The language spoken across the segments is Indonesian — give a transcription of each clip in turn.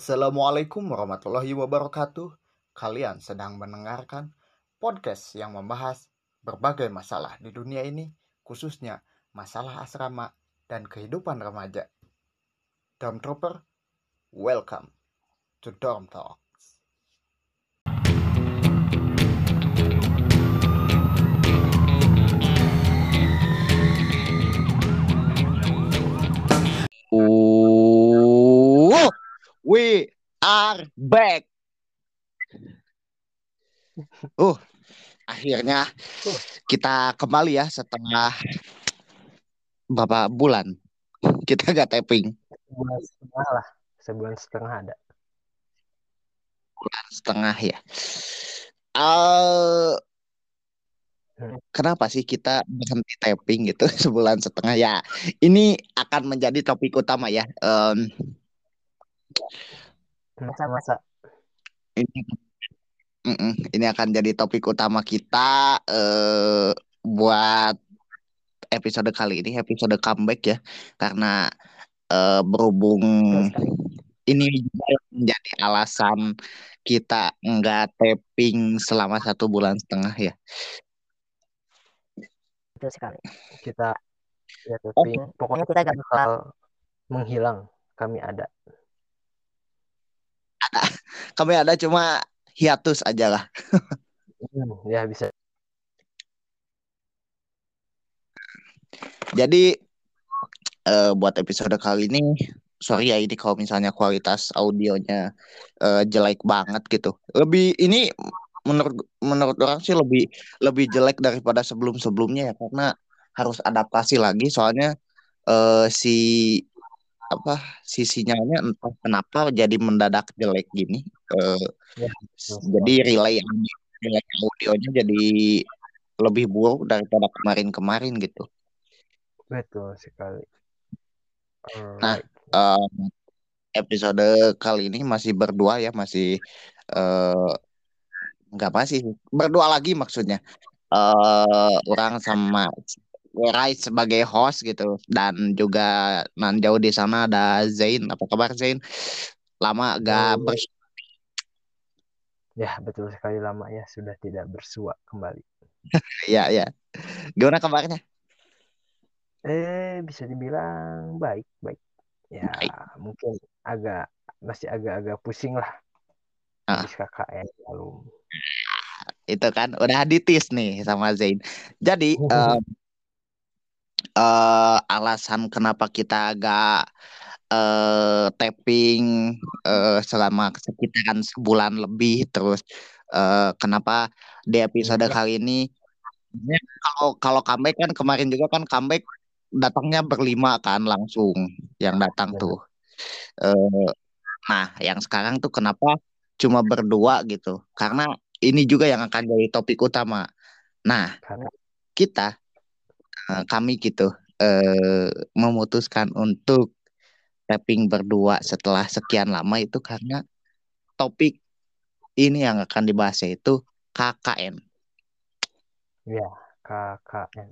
Assalamualaikum warahmatullahi wabarakatuh. Kalian sedang mendengarkan podcast yang membahas berbagai masalah di dunia ini, khususnya masalah asrama dan kehidupan remaja. Dorm Trooper, welcome to Dorm Talks. We are back. Akhirnya kita kembali ya setelah beberapa bulan kita gak taping. Sebulan setengah ada. Bulan setengah ya. Kenapa sih kita berhenti taping gitu sebulan setengah ya? Ini akan menjadi topik utama ya. Masa Ini akan jadi topik utama kita buat episode kali ini, episode comeback ya, karena berhubung ini juga menjadi alasan kita nggak taping selama 1 bulan setengah ya. betul sekali. Kita ya taping. Pokoknya kita gak bakal menghilang. Kami ada. Kami ada cuma hiatus aja lah. Ya bisa. Jadi buat episode kali ini, sorry ya ini kalau misalnya kualitas audionya jelek banget gitu. Lebih ini menurut orang sih lebih jelek daripada sebelum-sebelumnya ya, karena harus adaptasi lagi soalnya si sinyalnya entah kenapa jadi mendadak jelek gini. Ya, Jadi relay audionya jadi lebih buruk daripada kemarin-kemarin gitu. betul sekali. Nah, Alright. episode kali ini masih berdua ya, masih nggak masih berdua lagi maksudnya. Orang sama Rai sebagai host gitu, dan juga jauh di sana ada Zain. Apa kabar Zain? Lama gak Ya, betul sekali, lama ya sudah tidak bersua kembali. ya ya. Gimana kabarnya? Bisa dibilang baik. Ya, Baik. mungkin masih agak-agak pusing lah Ah, habis KKN lalu. itu kan udah ditis nih sama Zain. Jadi alasan kenapa kita agak tapping selama sekitaran sebulan lebih, terus kenapa di episode kali ini ya, kalau comeback kan kemarin juga kan comeback datangnya berlima kan langsung yang datang tuh. Benar. Eh, nah, yang sekarang tuh kenapa cuma berdua gitu? Karena ini juga yang akan jadi topik utama. Nah, Karena kita kami gitu eh, memutuskan untuk tapping berdua setelah sekian lama itu karena topik ini yang akan dibahas yaitu KKN. ya KKN.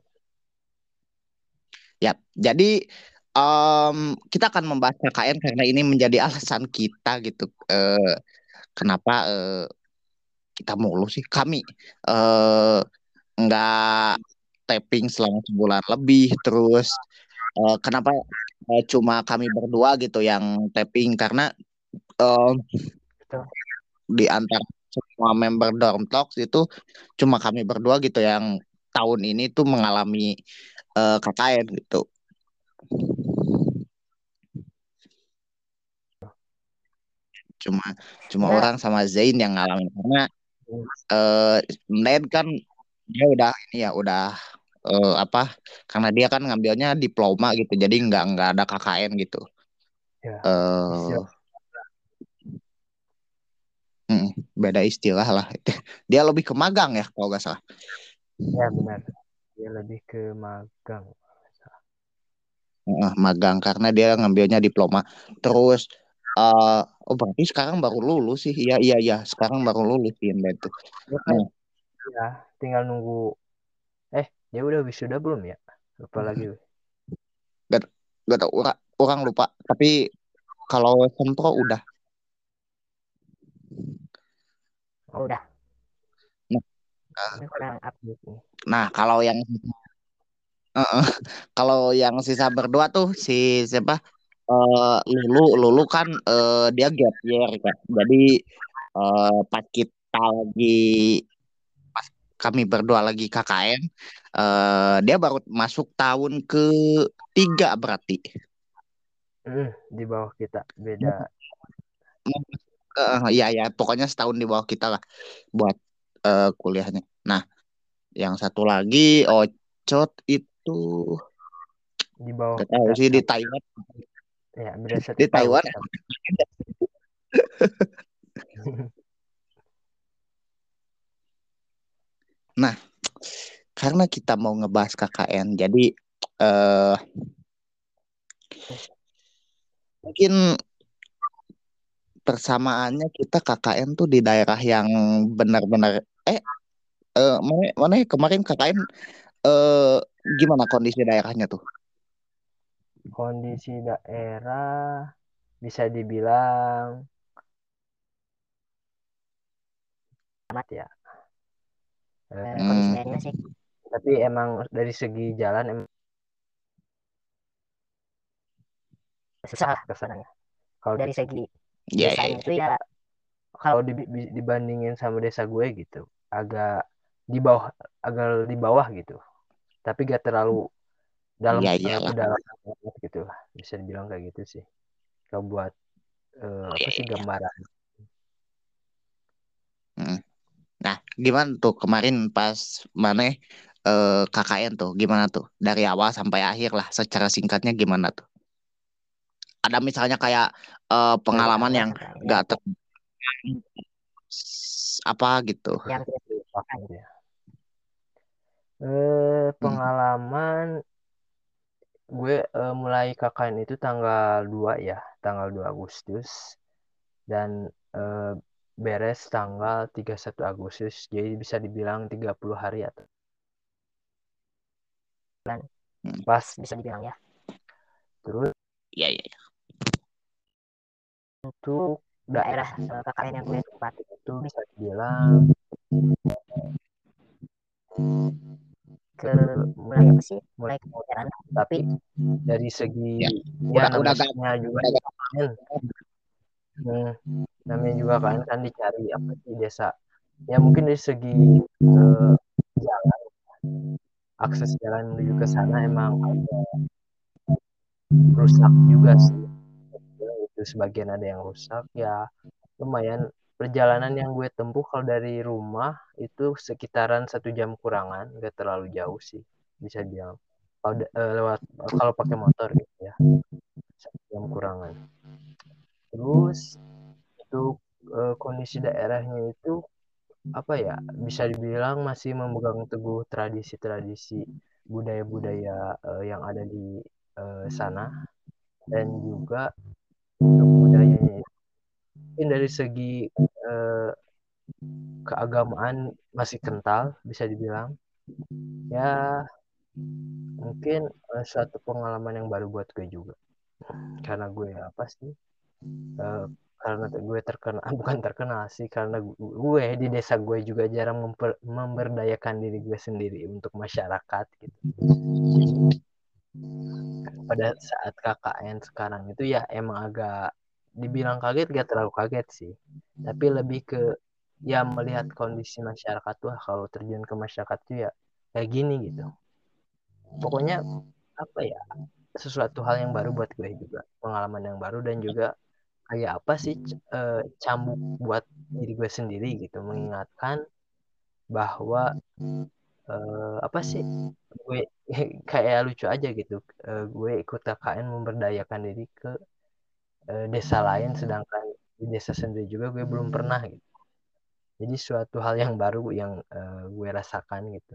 Ya, jadi kita akan membahas KKN karena ini menjadi alasan kita gitu. Kenapa kita mulu sih kami eh, nggak tapping selama sebulan lebih, terus kenapa cuma kami berdua gitu yang tapping, karena eh, Betul. di antara semua member Dorm Talks itu cuma kami berdua gitu yang tahun ini tuh mengalami KKN gitu. Cuma Ya, orang sama Zain yang ngalamin, karena Ned kan dia udah ini ya udah apa, karena dia kan ngambilnya diploma gitu, jadi nggak ada KKN gitu. ya. eh Istilah. Beda istilah lah. Dia lebih ke magang ya kalau nggak salah. Ya, benar. Dia lebih ke magang. Magang karena dia ngambilnya diploma. Terus eh berarti sekarang baru lulus sih. Iya iya iya, sekarang baru lulus sih Ned tuh. Ya kan, Nah, ya tinggal nunggu. Ya udah wisuda belum ya? Lupa lagi. gak, gak tau orang lupa. Tapi kalau sempro udah. Oh udah, Nah, ini kurang update nih. nah, eh, kalau yang sisa berdua tuh si siapa? Lulu kan dia gap year kan. Jadi pas kita lagi pas kami berdua lagi KKN, dia baru masuk tahun ke-3 berarti. Di bawah kita beda. Ya ya pokoknya setahun di bawah kita lah buat kuliahnya. Nah, yang satu lagi Ocot itu Di bawah gak tahu kita sih di sama, Taiwan. ya beda satu Di tahun. Taiwan. Nah, karena kita mau ngebahas KKN, jadi eh mungkin persamaannya kita KKN tuh di daerah yang benar-benar eh mana mana ya, kemarin KKN eh gimana kondisi daerahnya tuh? Kondisi daerah bisa dibilang amat ya. Kondisi Hmm, daerahnya sih. Tapi emang dari segi jalan emang susah lah kesananya. Kalau dari segi ya ya desanya ya. itu ya, kalau dibandingin sama desa gue gitu, agak di bawah, agak di bawah gitu. Tapi gak terlalu dalam, Ya iyalah. pedalaman banget gitu lah. Bisa dibilang kayak gitu sih. Kalau buat Oh, apa ya, sih ya, ya. gambaran. Hmm. Nah, gimana tuh kemarin pas mana KKN tuh gimana tuh dari awal sampai akhir lah secara singkatnya gimana tuh? Ada misalnya kayak Dari pengalaman awal yang sampai akhir gak ter apa gitu. yang tidak dilupakan gitu ya. Hmm. Pengalaman gue mulai KKN itu tanggal 2 ya, tanggal 2 Agustus, dan beres tanggal 31 Agustus. Jadi bisa dibilang 30 hari atau bulan Hmm. pas bisa dibilang ya. Terus Ya, ya, ya. untuk daerah KKN yang gue tempati itu bisa dibilang ke mulai apa sih? Mulai ke modern, tapi dari segi Ya. ya Udah gak namanya juga kan, namanya juga kan dicari apa sih desa. Ya mungkin dari segi eh, jalan, akses jalan menuju ke sana emang rusak juga sih. Itu sebagian ada yang rusak ya, lumayan. Perjalanan yang gue tempuh kalau dari rumah itu sekitaran 1 jam kurangan, gak terlalu jauh sih bisa bilang. Kalau lewat, kalau pakai motor gitu ya, 1 jam kurangan. Terus untuk kondisi daerahnya itu apa ya, bisa dibilang masih memegang teguh tradisi-tradisi budaya-budaya yang ada di sana, dan juga untuk budayanya itu mungkin dari segi eh, keagamaan masih kental bisa dibilang ya. Mungkin suatu pengalaman yang baru buat gue juga, karena gue apa sih, eh, karena gue terkenal bukan terkenal sih, karena gue di desa gue juga jarang memberdayakan diri gue sendiri untuk masyarakat gitu. Pada saat KKN sekarang itu ya emang agak dibilang kaget, gak terlalu kaget sih, tapi lebih ke ya melihat kondisi masyarakat tuh, kalau terjun ke masyarakat tuh ya kayak gini gitu. Pokoknya apa ya, sesuatu hal yang baru buat gue juga, pengalaman yang baru, dan juga kayak apa sih, cambuk buat diri gue sendiri gitu, mengingatkan bahwa apa sih, gue kayak lucu aja gitu. Gue ikut KKN memberdayakan diri ke desa lain, sedangkan di desa sendiri juga gue belum pernah gitu. Jadi suatu hal yang baru yang gue rasakan gitu.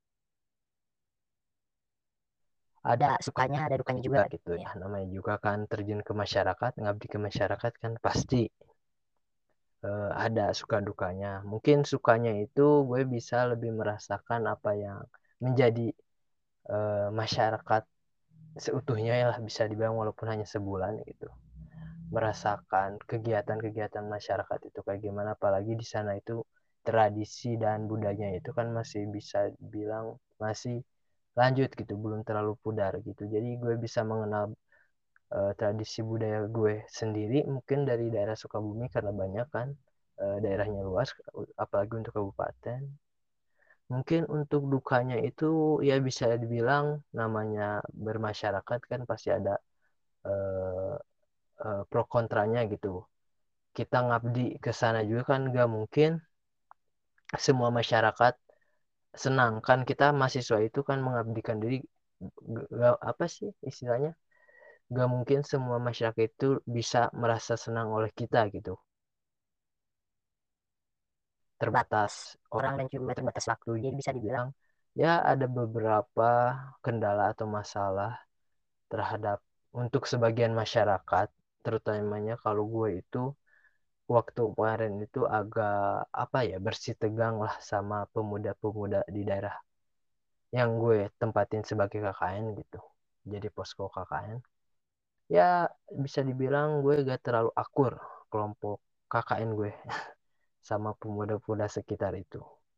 Ada sukanya, ada dukanya juga gitu ya. Namanya juga kan terjun ke masyarakat, ngabdi ke masyarakat kan pasti ada suka dukanya. Mungkin sukanya itu gue bisa lebih merasakan apa yang menjadi masyarakat seutuhnya ya lah, bisa dibilang walaupun hanya sebulan gitu. Merasakan kegiatan-kegiatan masyarakat itu kayak gimana, apalagi di sana itu tradisi dan budayanya itu kan masih bisa bilang masih lanjut gitu, belum terlalu pudar gitu. Jadi gue bisa mengenal tradisi budaya gue sendiri mungkin dari daerah Sukabumi karena banyak kan daerahnya luas, apalagi untuk kabupaten. Mungkin untuk dukanya itu ya bisa dibilang namanya bermasyarakat kan pasti ada eh, pro kontranya gitu. Kita ngabdi ke sana juga kan gak mungkin semua masyarakat senang kan, kita mahasiswa itu kan mengabdikan diri, gak, apa sih istilahnya, gak mungkin semua masyarakat itu bisa merasa senang oleh kita gitu, terbatas orang dan juga terbatas waktu, jadi bisa dibilang ya ada beberapa kendala atau masalah terhadap untuk sebagian masyarakat, terutamanya kalau gue itu waktu kemarin itu agak apa ya, bersih tegang lah sama pemuda-pemuda di daerah yang gue tempatin sebagai KKN gitu, jadi posko KKN. Ya bisa dibilang gue gak terlalu akur kelompok KKN gue sama pemuda-pemuda sekitar itu.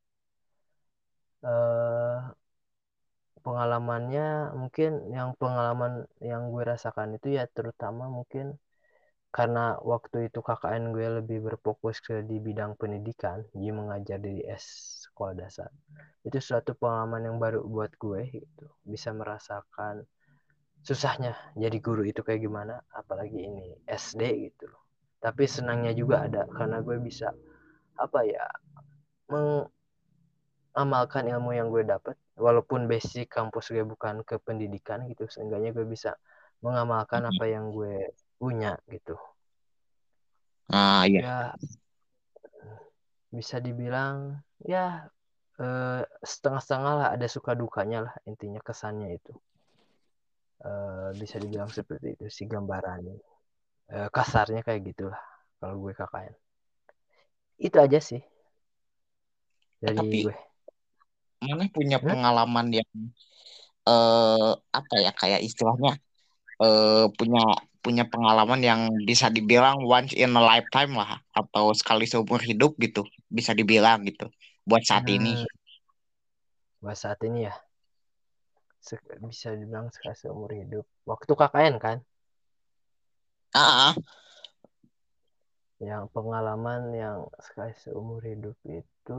eh Pengalamannya mungkin, yang pengalaman yang gue rasakan itu ya terutama mungkin karena waktu itu KKN gue lebih berfokus ke di bidang pendidikan, jadi mengajar di sekolah dasar. Itu suatu pengalaman yang baru buat gue gitu, bisa merasakan susahnya jadi guru itu kayak gimana, apalagi ini SD gitu. Tapi senangnya juga ada karena gue bisa apa ya, mengamalkan ilmu yang gue dapat, walaupun basic kampus gue bukan ke pendidikan gitu, seenggaknya gue bisa mengamalkan apa yang gue punya gitu. Iya. Ya bisa dibilang ya setengah-setengah lah, ada suka dukanya lah, intinya kesannya itu bisa dibilang seperti itu sih gambarannya. Kasarnya kayak gitulah kalau gue KKN. Itu aja sih dari Tapi gue. mana punya Hmm? pengalaman yang apa ya, kayak istilahnya punya punya pengalaman yang bisa dibilang once in a lifetime lah, atau sekali seumur hidup gitu, bisa dibilang gitu buat saat ini. Hmm, buat saat ini ya bisa dibilang sekali seumur hidup. Waktu KKN kan, Ah, ah. yang pengalaman yang sekali seumur hidup itu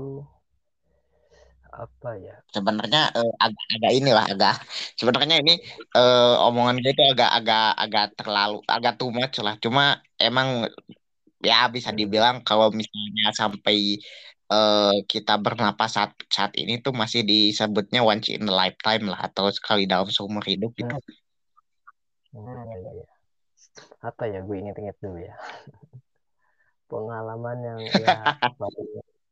apa ya? Sebenarnya agak inilah, agak sebenarnya ini omongan gue itu agak terlalu, agak too much lah. Cuma emang ya bisa Hmm, dibilang kalau misalnya sampai kita bernapas saat saat ini tuh masih disebutnya once in a lifetime lah, atau sekali dalam seumur hidup gitu. hmm, ya, ya, ya. Apa ya, gue inget-inget dulu ya. Pengalaman yang ya paling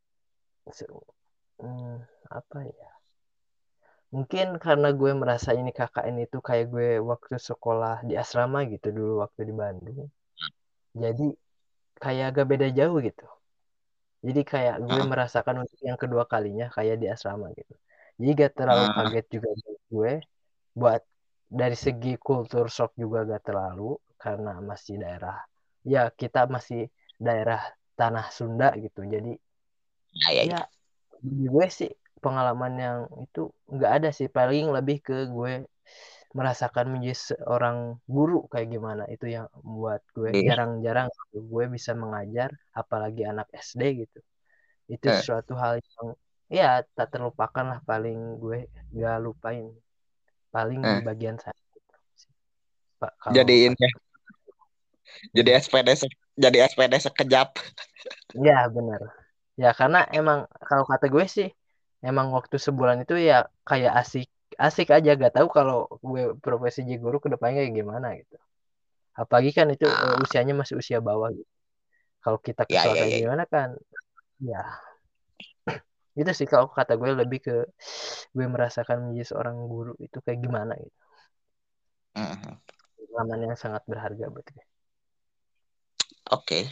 hmm, apa ya? Mungkin karena gue merasa ini KKN itu kayak gue waktu sekolah di asrama gitu dulu waktu di Bandung. Jadi kayak agak beda jauh gitu. Jadi kayak gue Heeh. merasakan untuk yang kedua kalinya kayak di asrama gitu. Jadi gak terlalu Ah, kaget juga buat gue. Buat dari segi kultur shock juga gak terlalu karena masih daerah. Ya kita masih daerah tanah Sunda gitu. Jadi ya, ya, ya ya. bagi gue sih pengalaman yang itu nggak ada sih, paling lebih ke gue merasakan menjadi seorang guru kayak gimana, itu yang buat gue Iya. jarang-jarang gitu. Gue bisa mengajar apalagi anak SD gitu, itu Eh, suatu hal yang ya tak terlupakan lah, paling gue gak lupain paling di eh. bagian saya Pak kalau Jadi ini kata. ya, jadi Hmm. SPD jadi SPD sekejap. Ya benar ya, karena emang kalau kata gue sih emang waktu sebulan itu ya kayak asik asik aja, gak tahu kalau gue profesi jadi guru ke depannya kayak gimana gitu, apalagi kan itu Ah, usianya masih usia bawah gitu. Kalau kita ya, kesel ya, kayak ya, ya. gimana kan ya, itu sih kalau kata gue lebih ke gue merasakan menjadi seorang guru itu kayak gimana gitu, Mhm. pengalaman yang sangat berharga buat gue. Oke.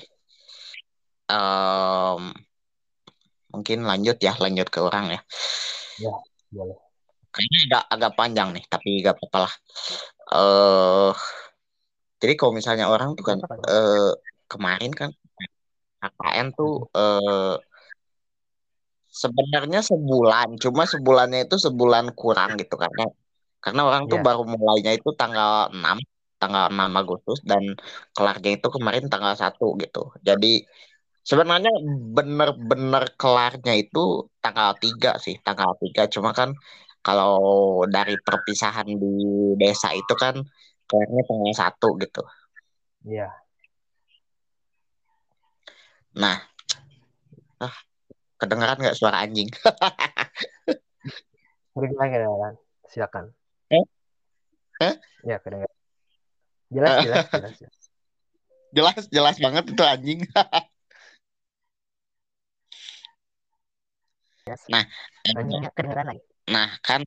Em, Mungkin lanjut ke orang ya. Ya boleh. Kayaknya agak agak panjang nih, tapi gak apa-apa lah. eh jadi kalau misalnya orang tuh Gak kan apa-apa. eh kemarin kan KKN tuh sebenarnya sebulan, cuma sebulannya itu sebulan kurang gitu karena orang tuh Ya. baru mulainya itu tanggal 6 Agustus dan kelarnya itu kemarin tanggal 1 gitu. Jadi sebenarnya bener-bener kelarnya itu tanggal 3 sih, tanggal 3. Cuma kan kalau dari perpisahan di desa itu kan kelarnya tanggal 1 gitu. Iya. Nah, ah, kedengeran nggak suara anjing? Kedengaran. Silakan. Eh? Eh? Ya, kedengaran. Jelas, jelas, jelas, jelas. Jelas, jelas banget itu anjing. Jelas. Nah, Anjingnya kedengaran lagi. nah kan,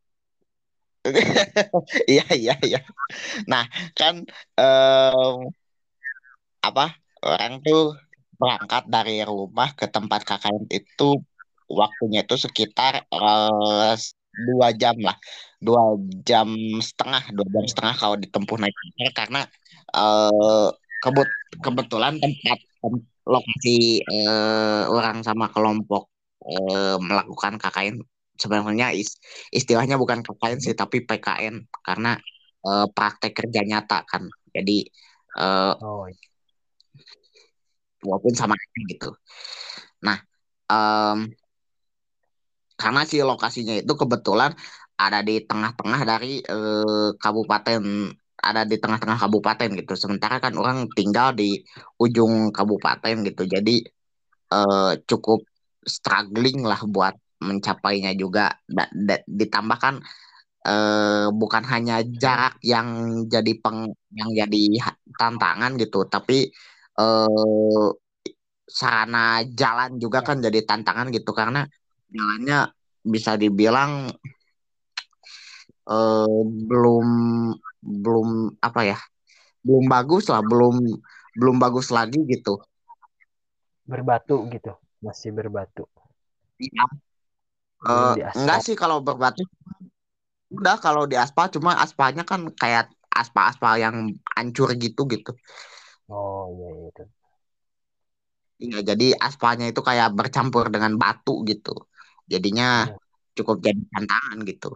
iya iya iya. Nah kan, em, apa, orang tuh berangkat dari rumah ke tempat KKN itu waktunya itu sekitar 2 jam lah, 2 jam setengah kalau ditempuh naik motor karena eh, kebetulan lokasi orang sama kelompok melakukan KKN sebenarnya istilahnya bukan KKN sih tapi PKN karena praktek kerja nyata kan. Jadi eh, Oh, iya. walaupun sama aja gitu. Nah, em, karena si lokasinya itu kebetulan ada di tengah-tengah dari kabupaten, ada di tengah-tengah kabupaten gitu. Sementara kan orang tinggal di ujung kabupaten gitu. Jadi cukup struggling lah buat mencapainya juga. Ditambahkan bukan hanya jarak yang jadi tantangan gitu, tapi eh, sarana jalan juga kan jadi tantangan gitu karena jalannya bisa dibilang eh, belum belum apa ya, belum bagus lah, belum belum bagus lagi gitu. Berbatu gitu. Masih berbatu. Iya. Belum Enggak diaspal. sih kalau berbatu, udah kalau di aspal cuma aspalnya kan kayak aspal-aspal yang hancur gitu gitu. Oh, iya, iya, itu. Iya, jadi aspalnya itu kayak bercampur dengan batu gitu. Jadinya Hmm. cukup jadi tantangan gitu.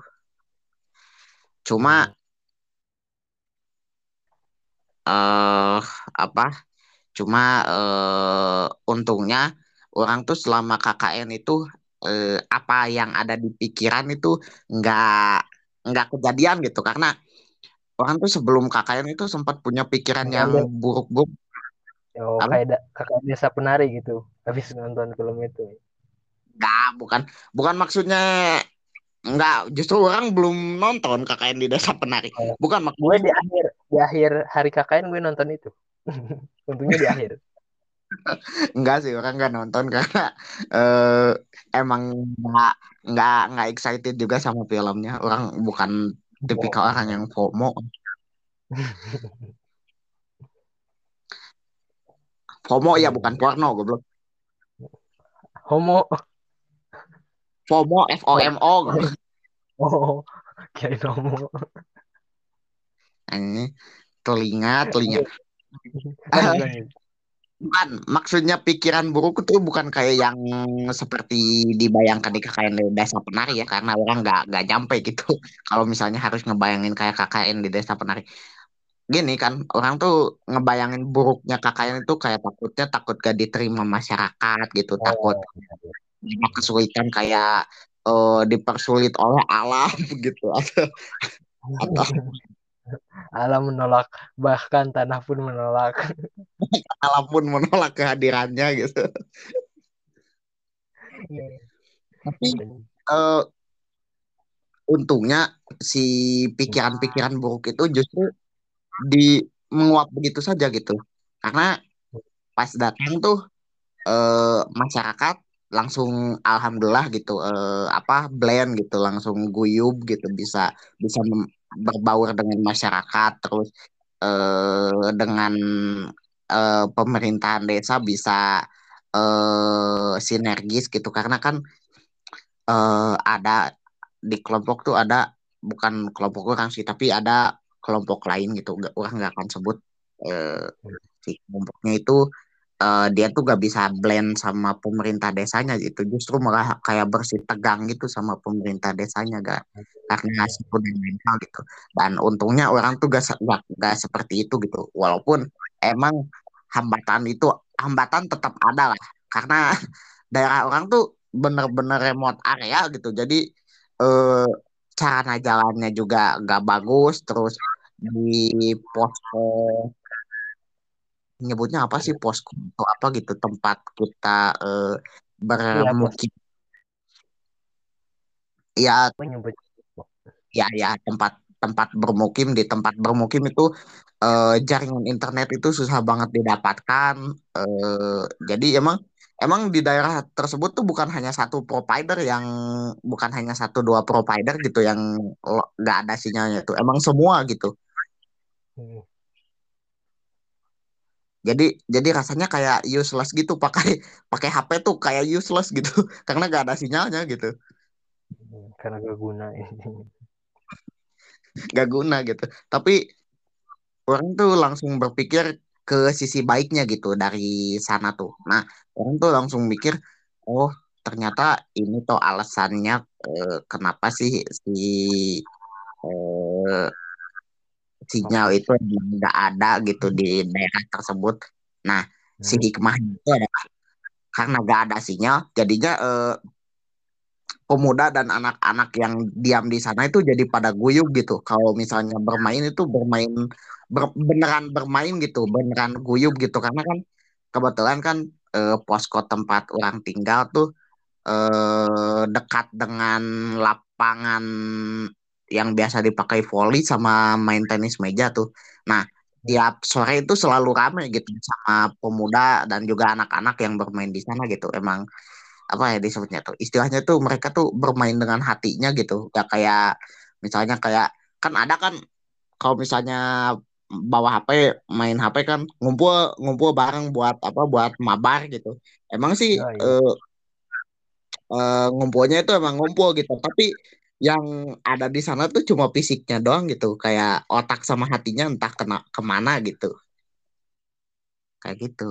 Cuma Hmm. eh apa? Cuma untungnya orang tuh selama KKN itu apa yang ada di pikiran itu nggak nggak kejadian gitu karena orang tuh sebelum KKN itu sempat punya pikiran yang Gambar. buruk-buruk. Oh, Apa? kayak kakak desa penari gitu. Habis nonton film itu. Nggak, bukan bukan maksudnya, nggak, justru orang belum nonton KKN di Desa Penari. Oh, Bukan gue maksudnya, di akhir hari KKN gue nonton itu. Untungnya di akhir. enggak sih orang nggak nonton karena emang nggak nggak excited juga sama filmnya. Orang bukan tipikal orang yang Oh. FOMO. FOMO ya bukan Hmm. porno goblok. Homo. FOMO Oh, FOMO goblok. oh, kirain homo. Ini telinga. Lanjut, lanjut. Bukan, maksudnya pikiran buruk itu bukan kayak yang seperti dibayangkan di KKN di Desa Penari ya, karena orang nggak nyampe gitu. Kalau misalnya harus ngebayangin kayak KKN di Desa Penari, gini kan, orang tuh ngebayangin buruknya KKN itu kayak takut gak diterima masyarakat gitu, takut Oh, iya, iya. banyak kesulitan kayak dipersulit oleh alam gitu, atau Alam menolak, bahkan tanah pun menolak. alam pun menolak kehadirannya gitu. Iya. Tapi eh, untungnya si pikiran-pikiran buruk itu justru di menguap begitu saja gitu. Karena pas datang tuh masyarakat langsung alhamdulillah gitu, apa, blend gitu, langsung guyub gitu, bisa bisa berbaur dengan masyarakat, terus dengan pemerintahan desa bisa sinergis gitu karena kan ada di kelompok tuh ada, bukan kelompok orang sih tapi ada kelompok lain gitu, orang nggak akan sebut eh, si kelompoknya itu dia tuh gak bisa blend sama pemerintah desanya gitu, justru malah kayak bersih tegang gitu sama pemerintah desanya gak, karena suku dan mental gitu. Dan untungnya orang tuh gak seperti itu gitu, walaupun emang hambatan tetap ada lah, karena daerah orang tuh bener-bener remote area gitu, jadi eh, cara jalannya juga gak bagus, terus di posko, nyebutnya apa sih, posko atau apa gitu, tempat kita Iya, pos bermukim, ya menyebut. ya tempat tempat bermukim, di tempat bermukim itu jaringan internet itu susah banget didapatkan. Jadi emang emang di daerah tersebut tuh bukan hanya satu provider yang bukan hanya satu dua provider gitu yang nggak ada sinyalnya, itu emang semua gitu. Hmm, Jadi rasanya kayak useless gitu, pakai pakai HP tuh kayak useless gitu karena nggak ada sinyalnya gitu, karena gak guna ini. nggak guna gitu. Tapi orang tuh langsung berpikir ke sisi baiknya gitu dari sana tuh. Nah, orang tuh langsung mikir, oh ternyata ini tuh alasannya kenapa sih si eh, sinyal Oke. itu emang nggak ada gitu di daerah tersebut. Nah, si Hmm. hikmahnya itu adalah karena nggak ada sinyal, jadinya pemuda dan anak-anak yang diam di sana itu jadi pada guyup gitu. Kalau misalnya bermain itu beneran bermain gitu, beneran guyup gitu. Karena kan kebetulan kan posko tempat orang tinggal tuh dekat dengan lapangan yang biasa dipakai voli sama main tenis meja tuh. Nah, tiap sore itu selalu rame gitu sama pemuda dan juga anak-anak yang bermain di sana gitu. Emang apa ya disebutnya tuh, istilahnya tuh mereka tuh bermain dengan hatinya gitu, gak kayak misalnya kayak, kan ada kan kalau misalnya bawa HP, main HP kan ngumpul ngumpul bareng buat apa, buat mabar gitu. Emang sih Oh iya. eh, ngumpulnya itu emang ngumpul gitu, tapi yang ada di sana tuh cuma fisiknya doang gitu, kayak otak sama hatinya entah kemana gitu, kayak gitu.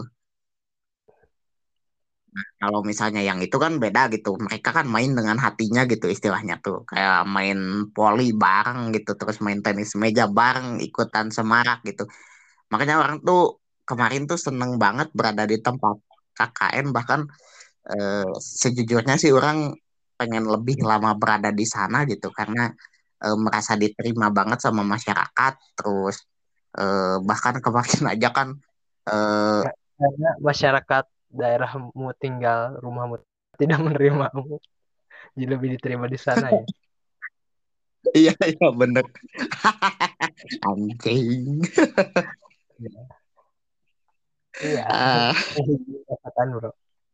Kalau misalnya yang itu kan beda gitu. Mereka kan main dengan hatinya gitu istilahnya tuh. Kayak main poli bareng gitu. Terus main tenis meja bareng. Ikutan semarak gitu. Makanya orang tuh kemarin tuh seneng banget berada di tempat KKN. Bahkan eh, sejujurnya sih orang pengen lebih lama berada di sana gitu. Karena merasa diterima banget sama masyarakat. Terus bahkan kemarin aja kan eh, Karena masyarakat daerahmu tinggal, rumahmu tidak menerimamu, jadi lebih diterima di sana ya. iya iya bener. Anjing. Iya. Ah, Katakan bro.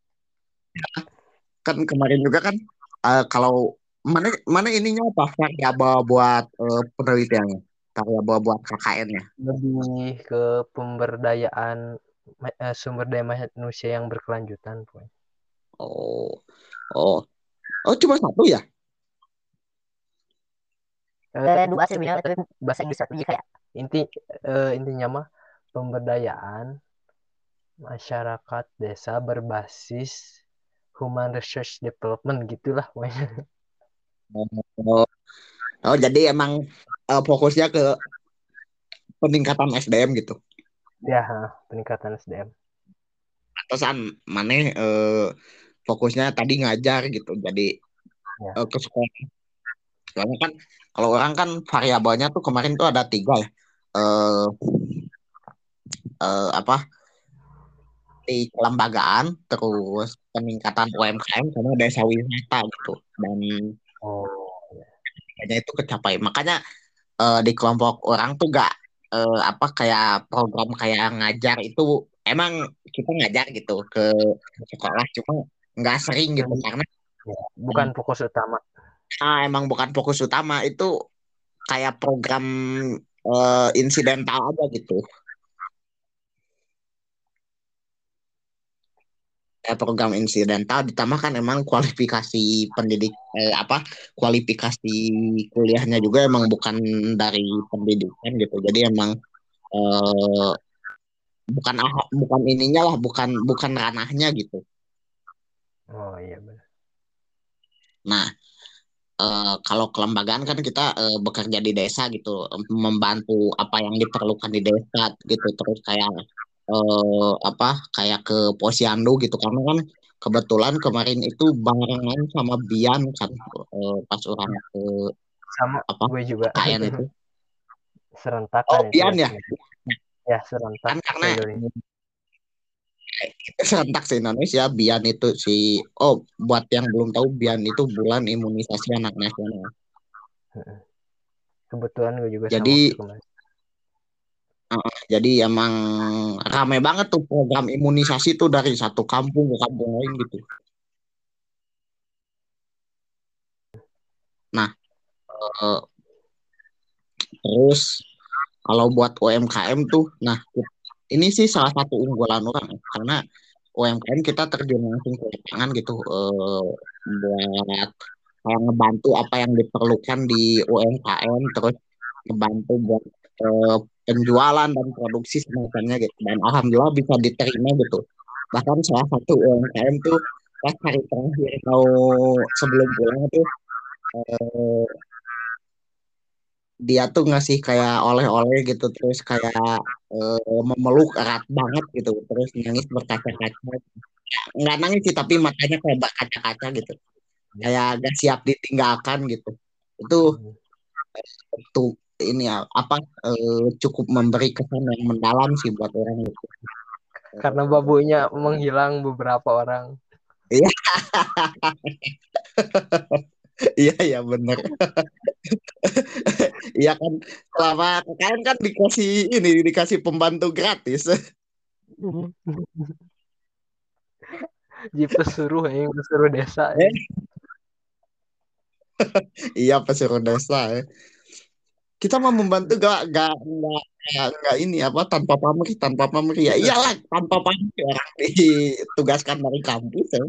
kan kemarin juga kan kalau mana mana ininya apa variabel buat penelitiannya, variabel buat KKN-nya. Lebih ke pemberdayaan sumber daya manusia yang berkelanjutan poin. Oh, oh, oh, cuma satu ya? Dua sebenarnya tapi bahasa Inggris satu jadi kayak inti intinya mah pemberdayaan masyarakat desa berbasis human resource development gitulah pokoknya. Oh, oh, jadi emang fokusnya ke peningkatan SDM gitu. Ya, peningkatan SDM. Atasan mana fokusnya tadi ngajar gitu. Jadi Ya. ke sekolah. Soalnya kan kalau orang kan variabelnya tuh kemarin tuh ada tiga ya. Eh apa, di kelembagaan, terus peningkatan UMKM sama desa wisata gitu. Dan Oh, kayaknya itu kecapai. Makanya di kelompok orang tuh gak apa kayak program kayak ngajar itu, emang kita ngajar gitu ke sekolah, cuma nggak sering gitu lebih karena ya, bukan fokus utama. emang bukan fokus utama itu, kayak program insidental aja gitu. Program insidental ditambahkan emang kualifikasi pendidik, apa, kualifikasi kuliahnya juga emang bukan dari pendidikan gitu, jadi emang eh, bukan ininya lah, bukan ranahnya gitu. Oh iya benar. Nah, kalau kelembagaan kan kita bekerja di desa gitu, membantu apa yang diperlukan di desa gitu, terus kayak apa kayak ke posyandu gitu, karena kan kebetulan kemarin itu barengan sama Bian kan, pas orang ke Sama apa gue juga. KKN itu. Serentakan Oh itu ya Bian ya, sebenarnya. Ya serentak kan karena se-Indonesia. serentak se Indonesia. Bian itu buat yang belum tahu, Bian itu bulan imunisasi anak nasional. Kebetulan gue juga sama waktu Jadi kemarin. Jadi emang rame banget tuh program imunisasi tuh dari satu kampung ke kampung lain gitu. Nah, eh, terus kalau buat UMKM tuh, nah ini sih salah satu unggulan orang ya, karena UMKM kita terjun langsung ke lapangan gitu, buat kayak ngebantu apa yang diperlukan di UMKM, terus ngebantu buat eh, penjualan dan produksi semacamnya gitu. Dan alhamdulillah bisa diterima gitu. Bahkan salah satu UMKM tuh pas hari terakhir mau sebelum pulang tuh, eh, dia tuh ngasih kayak oleh-oleh gitu, terus kayak memeluk erat banget gitu, terus nangis berkaca-kaca. Nggak nangis sih, tapi matanya kayak berkaca-kaca gitu, kayak gak siap ditinggalkan gitu. Itu tuh ini ya apa, cukup memberi kesan yang mendalam sih buat orang gitu. Karena babunya menghilang beberapa orang. Iya. Iya iya bener. Iya kan, selama KKN kan dikasih pembantu gratis. Jadi pesuruh yang pesuruh desa ya. Iya pesuruh desa ya. Kita mau membantu gak ini apa, tanpa pamrih ya iyalah, tanpa pamrih orang ditugaskan dari kampus ya.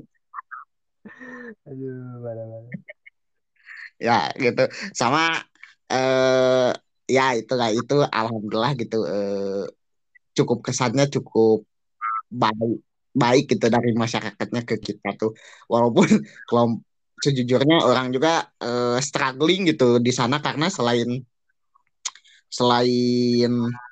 Aduh, mana-mana. Ya gitu, sama eh ya itu lah, itu alhamdulillah gitu, cukup kesannya cukup baik baik gitu dari masyarakatnya ke kita tuh, walaupun kelompok sejujurnya orang juga struggling gitu di sana, karena selain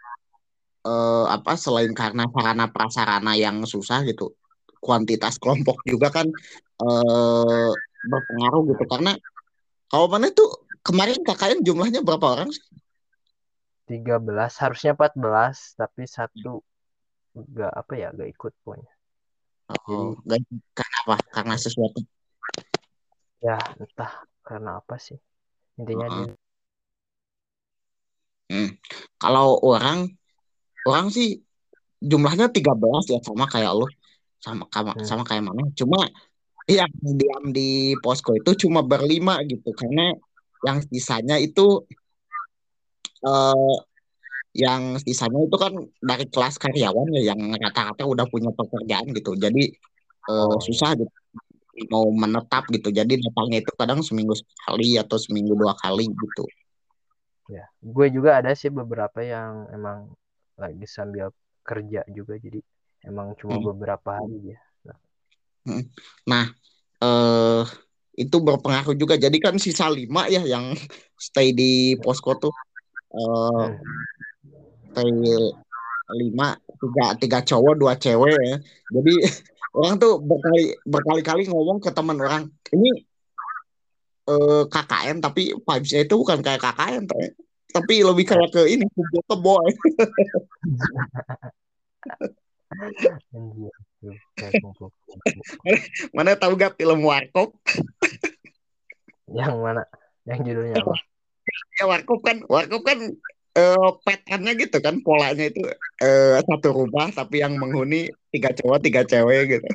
selain karena sarana prasarana yang susah gitu, kuantitas kelompok juga kan eh, berpengaruh gitu, karena kalau mana tuh kemarin KKN jumlahnya berapa orang sih? 13 harusnya 14 tapi satu gak apa ya gak ikut pokoknya. Oh, Jadi gak, karena apa? Karena sesuatu. ya entah karena apa sih. Intinya dia Heeh. Hmm. Kalau orang sih jumlahnya 13 ya, sama kayak lo, sama hmm. sama kayak mana. Cuma yang diam di posko itu cuma berlima gitu, karena yang sisanya itu eh, yang sisanya itu kan dari kelas karyawan ya, yang rata-rata udah punya pekerjaan gitu. Jadi Oh susah iya. gitu mau menetap gitu. Jadi datangnya itu kadang seminggu sekali atau seminggu 2 kali gitu. Ya, gue juga ada sih beberapa yang emang lagi sambil kerja juga jadi emang cuma Hmm. beberapa hari ya. Nah, Hmm. Nah, eh itu berpengaruh juga. Jadi kan sisa 5 ya yang stay di posko tuh, eh hmm. stay 5, tiga cowok 2 cewek ya. Jadi orang tuh berkali-kali ngomong ke teman orang, ini KKN tapi vibes-nya itu bukan kayak KKN tapi lebih kayak ke ini kumpul kebo. Anjir, tuh, kayak kumpul-kumpul. Mana tahu gak film Warkop? Yang mana? Yang judulnya apa? Ya Warkop kan patternnya gitu kan, polanya itu satu rumah tapi yang menghuni 3 cowok 3 cewek gitu.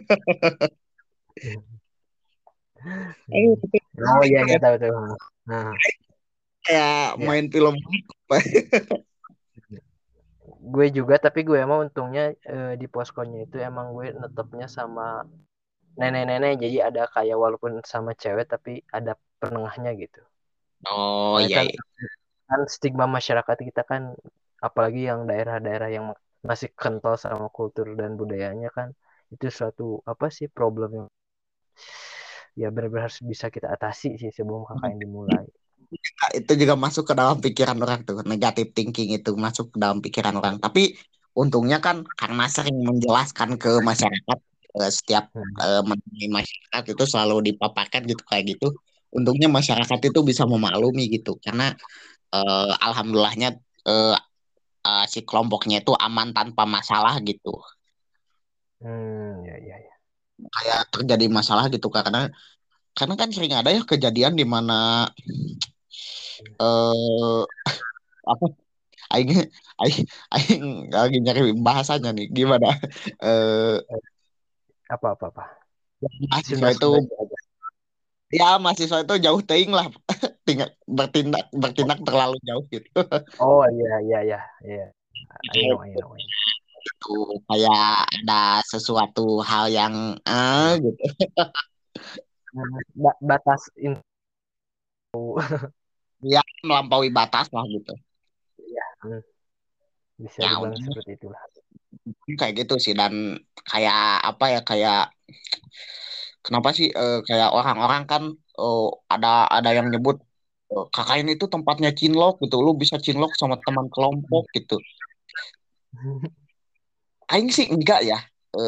Hmm. Itu Oh iya iya kayak tahu tahu. Nah, kayak ya. main film Warkop. Gue juga tapi gue emang untungnya di poskonya itu emang gue netepnya sama nenek-nenek jadi ada kayak walaupun sama cewek tapi ada penengahnya gitu. Oh Soalnya iya, kan iya. kan stigma masyarakat kita kan apalagi yang daerah-daerah yang masih kental sama kultur dan budayanya kan, itu suatu apa sih problem yang ya benar-benar harus bisa kita atasi sih sebelum KKN dimulai. Itu juga masuk ke dalam pikiran orang tuh, negative thinking itu masuk ke dalam pikiran orang. Tapi untungnya kan karena sering menjelaskan ke masyarakat, setiap Hmm. menemui masyarakat itu selalu dipaparkan gitu kayak gitu. Untungnya masyarakat itu bisa memaklumi gitu, karena alhamdulillahnya eh, si kelompoknya itu aman tanpa masalah gitu. Ya ya ya. Kayak terjadi masalah gitu karena kan sering ada ya kejadian di mana eh apa aing aing aing lagi nyari bahasanya nih gimana eh Apa apa apa. mahasiswa Sunda itu Sunda aja. ya mahasiswa itu jauh teing lah tinggal bertindak bertindak terlalu jauh gitu. Oh iya iya iya iya. I know I know. I know. Gitu. Kayak ada sesuatu hal yang gitu Batas info. ya melampaui batas lah gitu. Ya, bisa Ya dibilang untungnya seperti itulah. kayak gitu sih dan kayak apa ya kayak kenapa sih kayak orang-orang kan eh, ada yang nyebut KKN itu tempatnya cinlok gitu lu bisa cinlok sama teman kelompok gitu. Aing sih enggak ya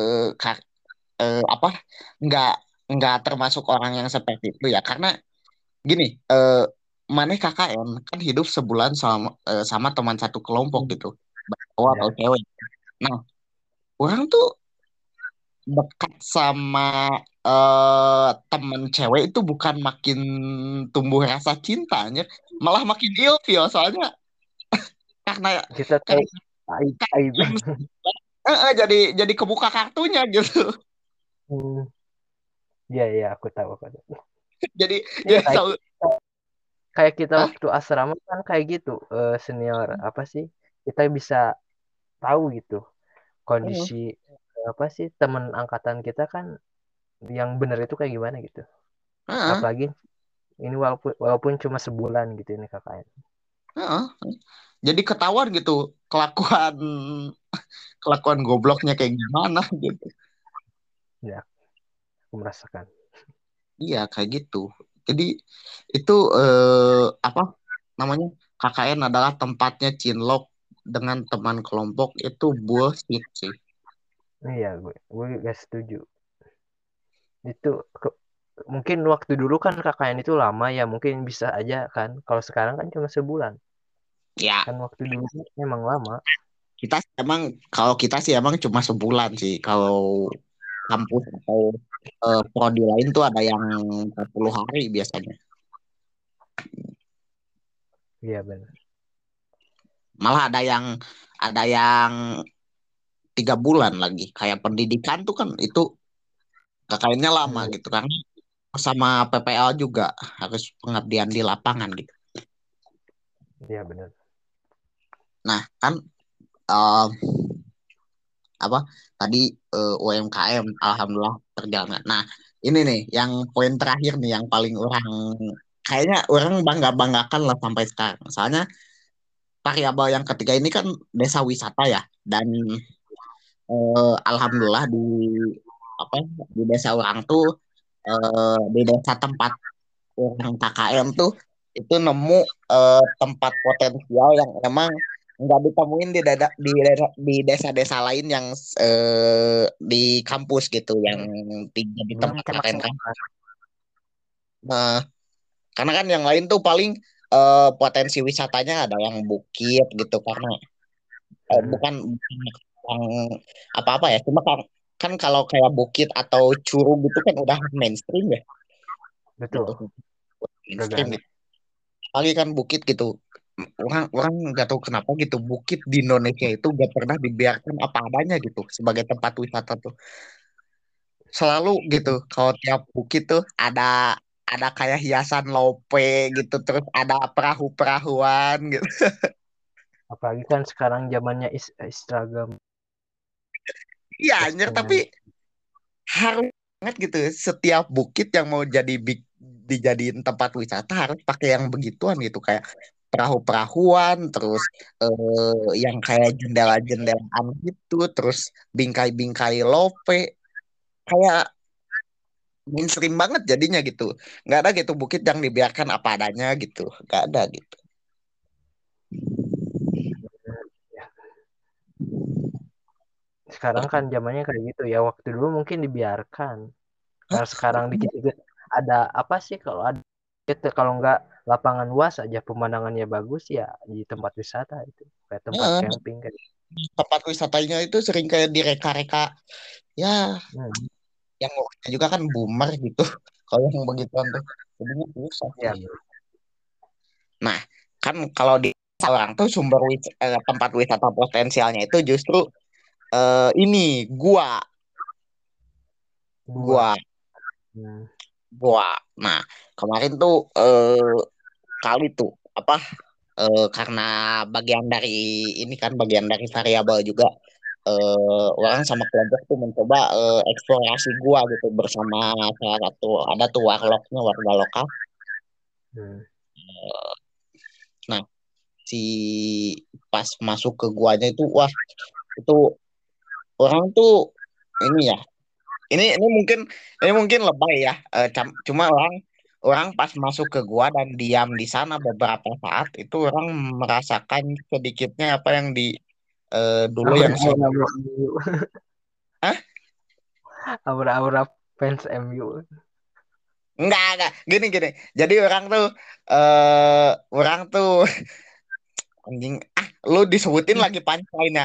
apa enggak enggak termasuk orang yang seperti itu ya karena gini maneh KKN kan hidup sebulan sama teman satu kelompok gitu cowok atau Ya. cewek. Nah orang tuh dekat sama temen cewek itu bukan makin tumbuh rasa cintanya, malah makin ilfeel soalnya karena Kita tahu karena aib aib. jadi kebuka kartunya gitu. Hmm, ya ya aku tahu aku tahu. Jadi Ya dia tahu kayak kita ah waktu asrama kan kayak gitu, senior apa sih, kita bisa tahu gitu kondisi apa sih teman angkatan kita kan yang benar itu kayak gimana gitu, ah apalagi ini walaupun walaupun cuma sebulan gitu ini KKN. ah jadi ketahuan gitu kelakuan kelakuan gobloknya kayak gimana gitu. Ya aku merasakan. Iya kayak gitu. Jadi itu apa namanya KKN adalah tempatnya cinlok dengan teman kelompok itu bullshit sih. Iya gue gak setuju itu. Mungkin waktu dulu kan KKN itu lama ya, mungkin bisa aja kan, kalau sekarang kan cuma sebulan Ya kan, waktu dulu kan emang lama. kita emang kalau kita sih emang cuma sebulan sih. Kalau kampus atau prodi lain tuh ada yang 40 hari biasanya. Iya benar. Malah ada yang 3 bulan lagi. Kayak pendidikan tuh kan itu KKN-nya lama Hmm, gitu kan. Sama PPL juga harus pengabdian di lapangan gitu. iya benar. Nah kan eh, apa tadi UMKM alhamdulillah terjalan. Nah, ini nih yang poin terakhir nih yang paling orang kayaknya orang banggakan lah sampai sekarang. Soalnya variabel yang ketiga ini kan desa wisata ya dan alhamdulillah di apa di desa orang tuh di desa tempat orang KKM tuh itu nemu tempat potensial yang emang nggak ditemuin di desa-desa lain yang di kampus gitu yang di tempat KKN Termasuk kan. Nah, karena kan yang lain tuh paling potensi wisatanya ada yang bukit gitu karena bukan yang apa-apa ya cuma kan kalau kayak bukit atau curug gitu kan udah mainstream ya gitu betul, udah mainstream aneh. gitu lagi kan bukit gitu orang orang nggak tahu kenapa gitu bukit di Indonesia itu gak pernah dibiarkan apa adanya gitu sebagai tempat wisata tuh selalu gitu kalau tiap bukit tuh ada kayak hiasan lope gitu terus ada perahu-perahuan gitu. Apalagi kan sekarang zamannya Instagram, Iya anjir tapi postingan. harus banget gitu setiap bukit yang mau dijadiin tempat wisata harus pakai yang begituan gitu kayak perahu-perahuan, terus yang kayak jendela-jendelaan gitu, terus bingkai-bingkai lope, kayak mainstream banget jadinya gitu. Nggak ada gitu bukit yang dibiarkan apa adanya gitu, nggak ada gitu. Ya, sekarang kan zamannya kayak gitu ya. Waktu dulu mungkin dibiarkan. Kalau sekarang dikit-dikit ada apa sih kalau ada gitu, kalau nggak lapangan luas aja pemandangannya bagus ya di tempat wisata itu kayak tempat Nah, camping kayak. tempat wisatanya itu sering kayak direka-reka, ya Hmm. yang orangnya juga kan boomer gitu. Kalau yang begituan tuh, jadinya susah Ya, sih. Nah, kan kalau di orang tuh tempat wisata potensialnya itu justru ini gua, dua. gua, Hmm. gua. Nah, kemarin tuh kali tuh apa karena bagian dari ini kan bagian dari variabel juga orang sama kelompok tuh mencoba eksplorasi gua gitu bersama salah satu ada tuh warlocknya warga lokal. Hmm. Nah, si pas masuk ke guanya itu wah itu orang tuh ini ya ini mungkin lebay ya cuma orang orang pas masuk ke gua dan diam di sana beberapa saat itu orang merasakan sedikitnya apa yang di dulu yang saya Aura-aura MU. ah Aura-aura fans MU. enggak gini gini jadi orang tuh anjing lu disebutin lagi punchline-nya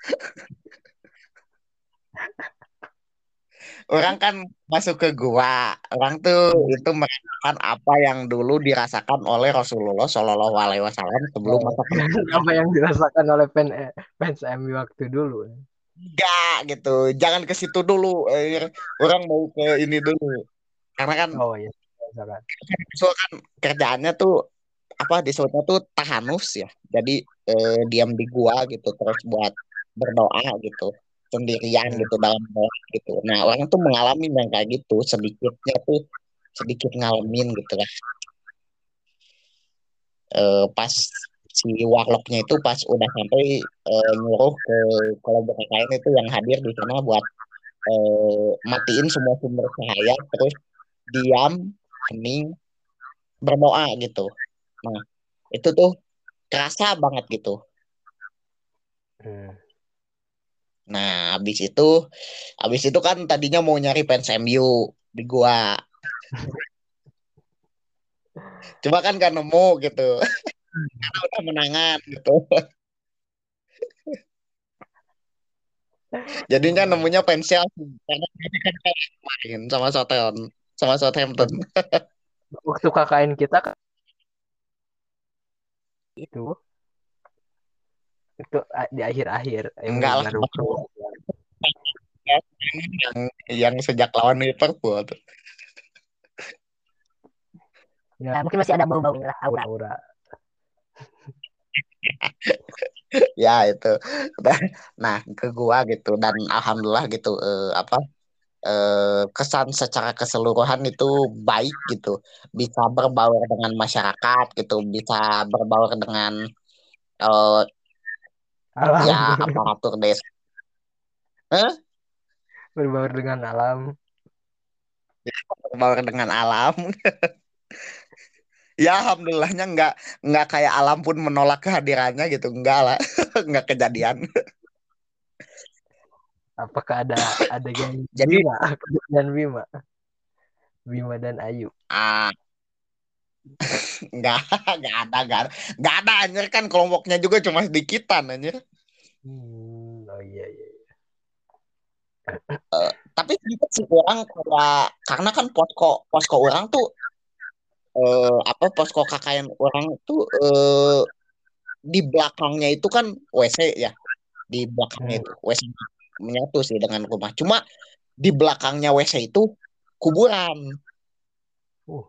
orang kan masuk ke gua orang tuh itu merasakan apa yang dulu dirasakan oleh Rasulullah Shallallahu Alaihi Wasallam sebelum Oh, masa kenabian. apa yang dirasakan oleh fans MU waktu dulu. Enggak gitu jangan ke situ dulu orang mau ke ini dulu karena kan Oh ya, misalkan. Rasul kan kerjaannya tuh apa disebutnya tuh tahanus ya jadi diam di gua gitu terus buat berdoa gitu sendirian Hmm. gitu dalam doa gitu nah orang tuh mengalami yang kayak gitu sedikitnya tuh sedikit ngalamin gitu lah pas si warlocknya itu pas udah sampai nyuruh ke kelompok lain itu yang hadir di sana buat matiin semua sumber cahaya terus diam hening berdoa gitu nah itu tuh kerasa banget gitu Hmm. nah habis itu kan tadinya mau nyari fans MU di gua cuma kan gak nemu gitu karena udah menangan gitu jadinya Oh, nemunya fans Chelsea karena mereka kan kalah kemarin sama Southampton. waktu KKN kita kan itu di akhir-akhir MU Enggak lah baru keluar. yang sejak lawan Liverpool tuh. Ya, mungkin masih ada bau-bau lah aura-aura. Ya itu nah ke gua gitu dan alhamdulillah gitu apa kesan secara keseluruhan itu baik gitu bisa berbaur dengan masyarakat gitu bisa berbaur dengan eh, ya Alam. aparatur desa. Eh, Berbaur dengan alam. berbaur dengan alam ya alhamdulillahnya nggak kayak alam pun menolak kehadirannya gitu enggak lah nggak kejadian Apakah ada adegan jadi Bima dan Bima dan Ayu. ah nggak nggak ada anjir kan kelompoknya juga cuma sedikitan anjir Oh iya iya. tapi sedikit sih orang kayak karena kan posko posko orang tuh apa posko KKN orang tuh di belakangnya itu kan WC ya di belakangnya Hmm. itu WC menyatu sih dengan rumah cuma di belakangnya WC itu kuburan Uh,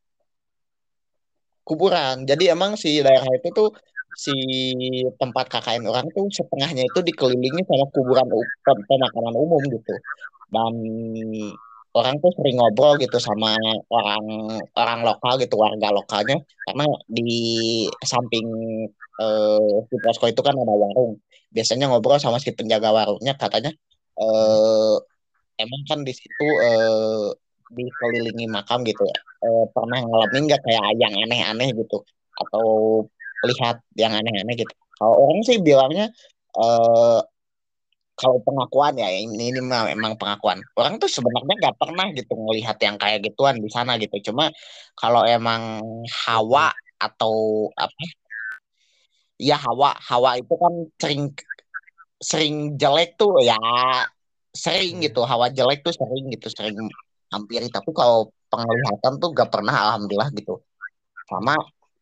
kuburan jadi emang si daerah itu tuh si tempat KKN orang tuh setengahnya itu dikelilingi sama kuburan pemakaman umum gitu dan orang tuh sering ngobrol gitu sama orang orang lokal gitu, warga lokalnya, karena di samping si posko itu kan ada warung. Biasanya ngobrol sama si penjaga warungnya, katanya Hmm. eh emang kan di situ dikelilingi makam gitu ya. Pernah ngalamin nggak kayak yang aneh-aneh gitu, atau lihat yang aneh-aneh gitu? Kalau orang sih bilangnya eh kalau pengakuan ya, ini mah memang pengakuan. Orang tuh sebenarnya nggak pernah gitu ngelihat yang kayak gituan di sana gitu. Cuma kalau emang hawa Oke. atau apa? Ya hawa, hawa itu kan sering sering jelek tuh ya, sering gitu. Hmm. Hawa jelek tuh sering gitu, sering hampiri. Tapi kalau penglihatan tuh gak pernah, alhamdulillah gitu. Sama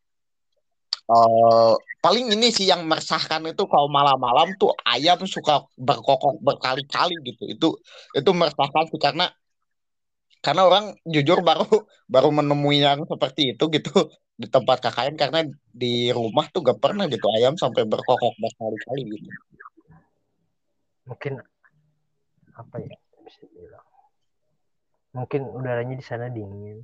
eh, paling ini sih yang meresahkan itu kalau malam-malam tuh ayam suka berkokok berkali-kali gitu. Itu meresahkan sih, karena orang jujur baru baru menemui yang seperti itu gitu di tempat KKN, karena di rumah tuh gak pernah gitu ayam sampai berkokok berkali-kali gitu. Mungkin apa ya bisa bilang? Mungkin udaranya di sana dingin.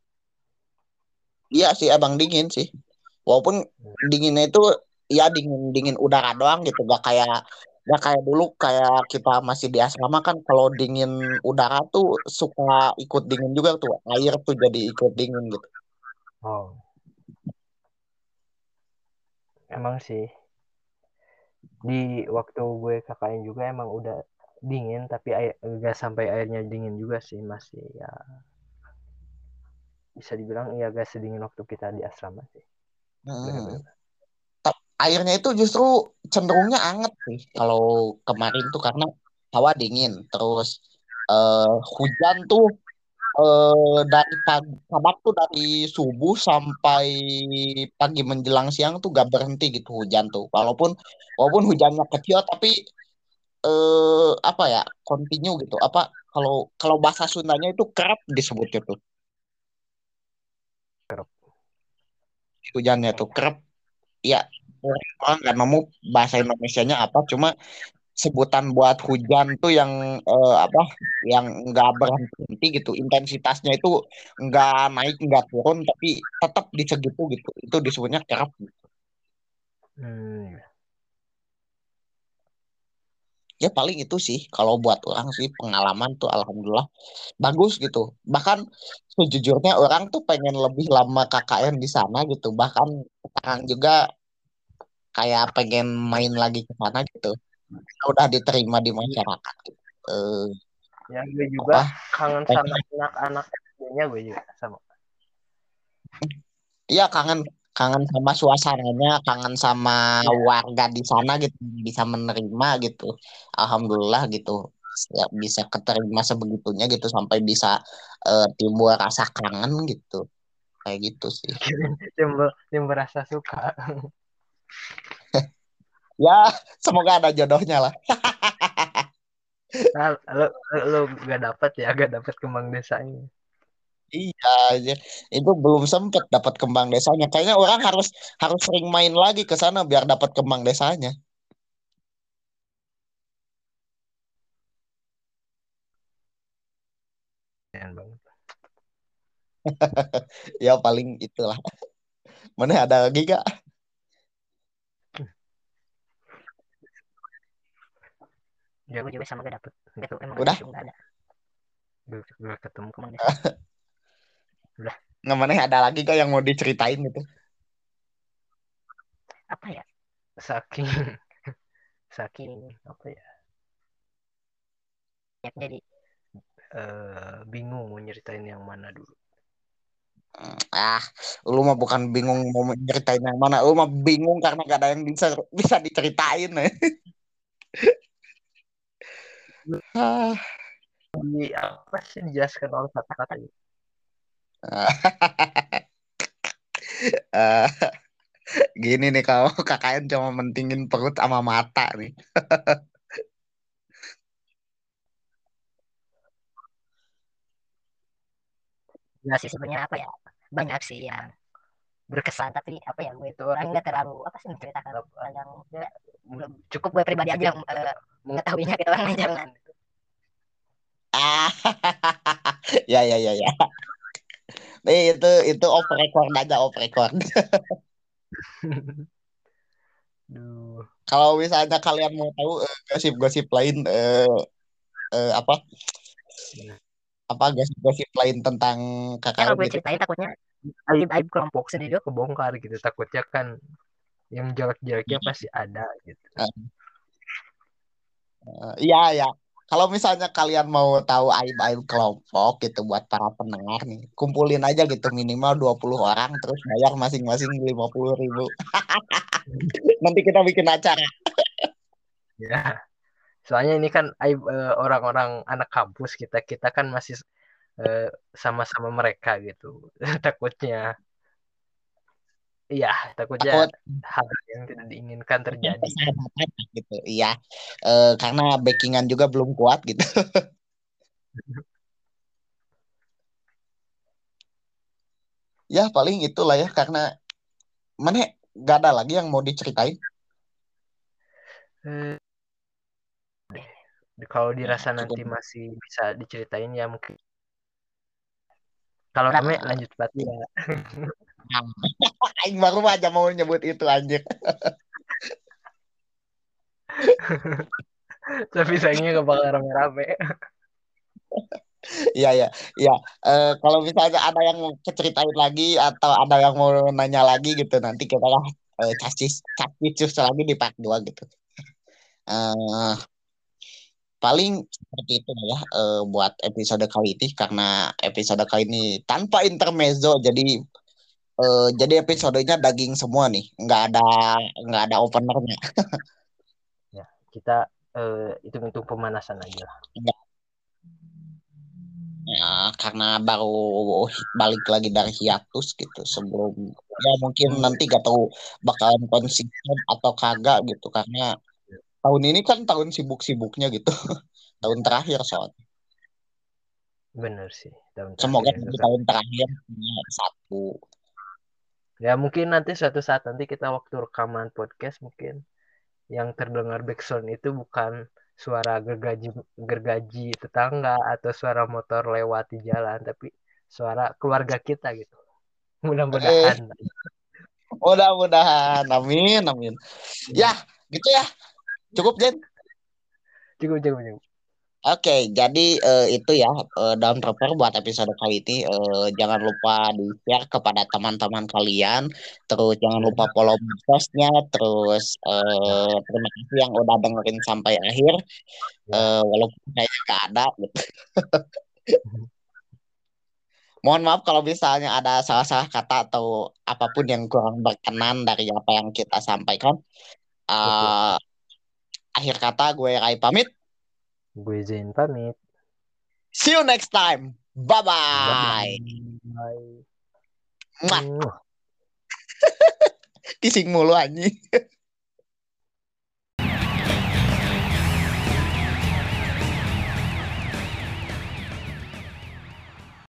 Iya sih abang, dingin sih. Walaupun dinginnya itu ya dingin dingin udara doang gitu, gak kayak dulu kayak kita masih di asrama kan, kalau dingin udara tuh suka ikut dingin juga tuh, air tuh jadi ikut dingin gitu. Oh, emang sih di waktu gue KKN juga emang udah dingin tapi air enggak sampai airnya dingin juga sih, masih ya bisa dibilang ya gak sedingin waktu kita di asrama sih. Hmm. Bener-bener. Airnya itu justru cenderungnya anget sih kalau kemarin tuh, karena hawa dingin, terus eh, hujan tuh dari pagi Sabak tuh dari subuh sampai pagi menjelang siang tuh gak berhenti gitu hujan tuh, walaupun walaupun hujannya kecil tapi apa ya, continue gitu, apa, kalau kalau bahasa Sundanya itu kerap disebutnya tuh, Kerap. hujannya tuh kerap ya. Orang nggak nemu bahasa Indonesianya apa, cuma sebutan buat hujan tuh yang apa, yang nggak berhenti gitu, intensitasnya itu nggak naik nggak turun tapi tetap di segitu gitu, itu disebutnya kerap. Hmm. Ya paling itu sih kalau buat orang sih, pengalaman tuh alhamdulillah bagus gitu. Bahkan sejujurnya orang tuh pengen lebih lama KKN di sana gitu, bahkan sekarang juga kayak pengen main lagi ke sana gitu. Udah diterima di masyarakat gitu. Eh, Ya gue juga apa, kangen sama anak-anak SD-nya gue juga sama. iya kangen, kangen sama suasananya, kangen sama Iya. warga di sana gitu, bisa menerima gitu. Alhamdulillah gitu. Ya, bisa keterima sebegitunya gitu sampai bisa timbul rasa kangen gitu. Kayak gitu sih. Timbul rasa suka. Ya, semoga ada jodohnya lah. Nah, lo gak dapet ya, gak dapet kembang desanya. Iya, aja. Itu belum sempet dapat kembang desanya. Kayaknya orang harus harus sering main lagi ke sana biar dapat kembang desanya. Keren banget. Ya paling itulah. Mana ada lagi gak? Ya gue juga sama gak dapet. Gak tuh emang ada Udah? sih gak ada. Gue ketemu kembang desa. Udah. Nggak, mana ada lagi gak yang mau diceritain gitu? Apa ya? Saking saking apa ya? Jadi bingung mau nyeritain yang mana dulu. Ah, lu mah bukan bingung mau ceritain yang mana, lu mah bingung karena gak ada yang bisa bisa diceritain. Ah, Di apa sih dijelaskan oleh kata-kata gitu. eh, gini nih, kalau KKN cuma mentingin perut sama mata nih. Enggak sih sebenarnya apa ya? Banyak sih yang berkesan tapi apa ya gue itu orang nggak terlalu apa sih menceritakan yang ya, belum cukup gue pribadi aja yang mengetahuinya kita orang lain jangan. Ah, Ya ya ya ya. Itu off record aja, off record. Duh. Kalau misalnya kalian mau tahu gosip-gosip lain apa gosip-gosip lain tentang Kalau KKN gue gitu. ceritain takutnya aib kelompok sendiri kebongkar gitu. Takutnya kan yang jelek-jeleknya pasti ada gitu. Iya ya. Kalau misalnya kalian mau tahu aib-aib kelompok gitu buat para pendengar nih, kumpulin aja gitu minimal 20 orang terus bayar masing-masing 50.000. Nanti kita bikin acara. Ya. Soalnya ini kan aib orang-orang anak kampus kita kita kan masih eh, sama-sama mereka gitu. Takutnya, iya, takutnya Takut hal yang tidak diinginkan terjadi. persahabatan gitu. Iya. Karena backingan juga belum kuat gitu. Ya paling itulah ya karena mana gak ada lagi yang mau diceritain. Eh, Kalau Nah, dirasa cukup. nanti masih bisa diceritain ya mungkin. Kalau rame Nah, lanjut pasti ya. nah. Aing baru aja mau nyebut itu anjir. Tapi sayangnya gak bakal rame-rame. Iya ya, iya. Kalau misalnya ada yang mau ceritain lagi atau ada yang mau nanya lagi gitu, nanti kita lah cacis cacis lagi di part 2 gitu. Eh, paling seperti itu ya buat episode kali ini karena episode kali ini tanpa intermezzo, jadi episodenya daging semua nih, nggak ada openernya. Ya, kita hitung-hitung pemanasan aja lah. Ya, karena baru balik lagi dari hiatus gitu sebelum ya mungkin nanti gak tahu bakalan konsisten atau kagak gitu karena tahun ini kan tahun sibuk-sibuknya gitu tahun terakhir soalnya Bener sih, tahun terakhir semoga yang di susah. tahun terakhir punya satu. Ya mungkin nanti suatu saat nanti kita waktu rekaman podcast mungkin yang terdengar backsound itu bukan suara gergaji gergaji tetangga atau suara motor lewat di jalan, tapi suara keluarga kita gitu. eh Mudah-mudahan. mudah-mudahan amin amin ya gitu ya cukup Jen. Cukup, cukup, cukup. Oke, jadi itu ya down prepare buat episode kali ini. Jangan lupa di-share kepada teman-teman kalian. Terus jangan lupa follow podcastnya. Terus terima kasih yang udah dengerin sampai akhir. Ya, Walaupun kayaknya nggak ada. Gitu. Mohon maaf kalau misalnya ada salah-salah kata atau apapun yang kurang berkenan dari apa yang kita sampaikan. betul. Eh, akhir kata gue Rai pamit. Gue Zain pamit. See you next time. Bye-bye. Bye-bye. Mwah. Kising mulu anjing.